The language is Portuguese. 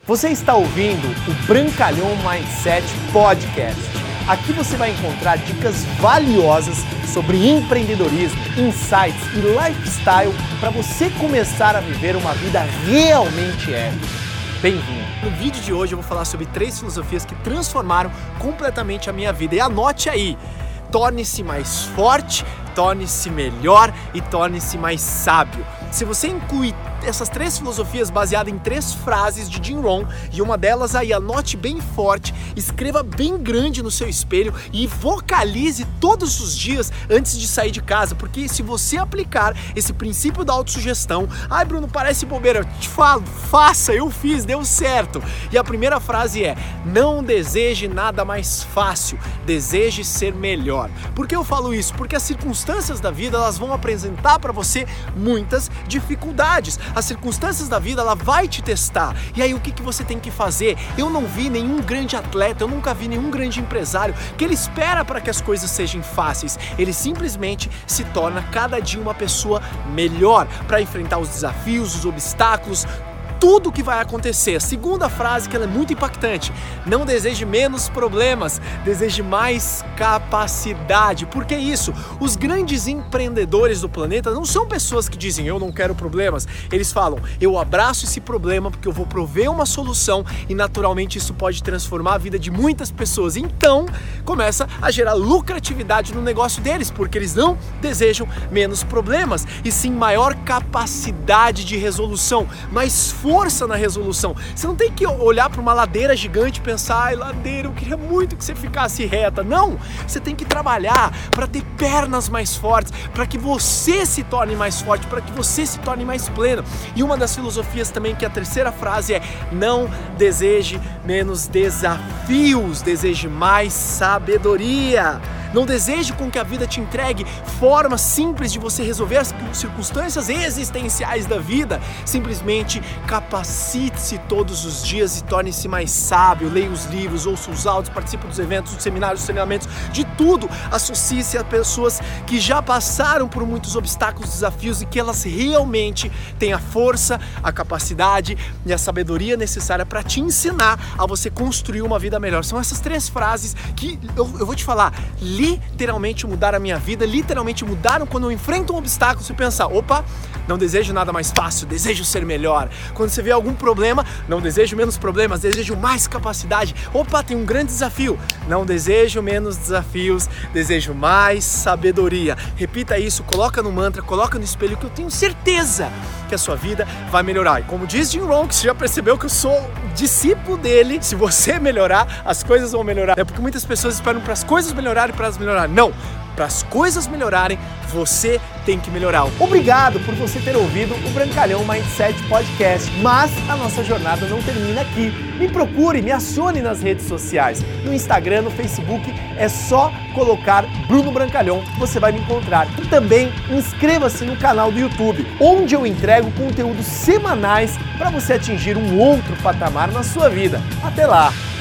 Você está ouvindo o Brancalhão Mindset Podcast. Aqui você vai encontrar dicas valiosas sobre empreendedorismo, insights e lifestyle para você começar a viver uma vida realmente épica. Bem-vindo! No vídeo de hoje eu vou falar sobre 3 filosofias que transformaram completamente a minha vida. E anote aí, torne-se mais forte, torne-se melhor e torne-se mais sábio. Se você inclui essas 3 filosofias baseadas em 3 frases de Jim Rohn, e uma delas aí, anote bem forte, escreva bem grande no seu espelho e vocalize todos os dias antes de sair de casa, porque se você aplicar esse princípio da autossugestão, ai Bruno, parece bobeira, eu te falo, faça, eu fiz, deu certo. E a primeira frase é: não deseje nada mais fácil, deseje ser melhor. Por que eu falo isso? Porque as circunstâncias da vida, elas vão apresentar para você muitas dificuldades. As circunstâncias da vida, ela vai te testar. E aí o que você tem que fazer? Eu não vi nenhum grande atleta, eu nunca vi nenhum grande empresário que ele espera para que as coisas sejam fáceis. Ele simplesmente se torna cada dia uma pessoa melhor para enfrentar os desafios, os obstáculos, tudo que vai acontecer. A segunda frase, que ela é muito impactante: não deseje menos problemas, deseje mais capacidade. Por que isso? Os grandes empreendedores do planeta não são pessoas que dizem eu não quero problemas. Eles falam, eu abraço esse problema porque eu vou prover uma solução e naturalmente isso pode transformar a vida de muitas pessoas. Então começa a gerar lucratividade no negócio deles, porque eles não desejam menos problemas e sim maior capacidade de resolução, mais força na resolução. Você não tem que olhar para uma ladeira gigante e pensar, ai ladeira, eu queria muito que você ficasse reta. Não, você tem que trabalhar para ter pernas mais fortes, para que você se torne mais forte, para que você se torne mais pleno. E uma das filosofias também, que a terceira frase é: não deseje menos desafios, deseje mais sabedoria. Não deseje com que a vida te entregue formas simples de você resolver as circunstâncias existenciais da vida. Simplesmente capacite-se todos os dias e torne-se mais sábio. Leia os livros, ouça os áudios, participe dos eventos, dos seminários, dos treinamentos, de tudo. Associe-se a pessoas que já passaram por muitos obstáculos, desafios e que elas realmente têm a força, a capacidade e a sabedoria necessária para te ensinar a você construir uma vida melhor. São essas 3 frases que eu vou te falar, literalmente mudaram a minha vida, literalmente mudaram quando eu enfrento um obstáculo. Você pensa, opa, não desejo nada mais fácil, desejo ser melhor. Quando você vê algum problema, não desejo menos problemas, desejo mais capacidade. Opa, tem um grande desafio, não desejo menos desafios, desejo mais sabedoria. Repita isso, coloca no mantra, coloca no espelho, que eu tenho certeza que a sua vida vai melhorar. E como diz Jim Rohn, que você já percebeu que eu sou discípulo dele, se você melhorar, as coisas vão melhorar. É porque muitas pessoas esperam para as coisas melhorarem, para elas melhorarem. Não! Para as coisas melhorarem, você tem que melhorar. Obrigado por você ter ouvido o Brancalhão Mindset Podcast, mas a nossa jornada não termina aqui. Me procure, me acione nas redes sociais. No Instagram, no Facebook, é só colocar Bruno Brancalhão, você vai me encontrar. E também inscreva-se no canal do YouTube, onde eu entrego conteúdos semanais para você atingir um outro patamar na sua vida. Até lá!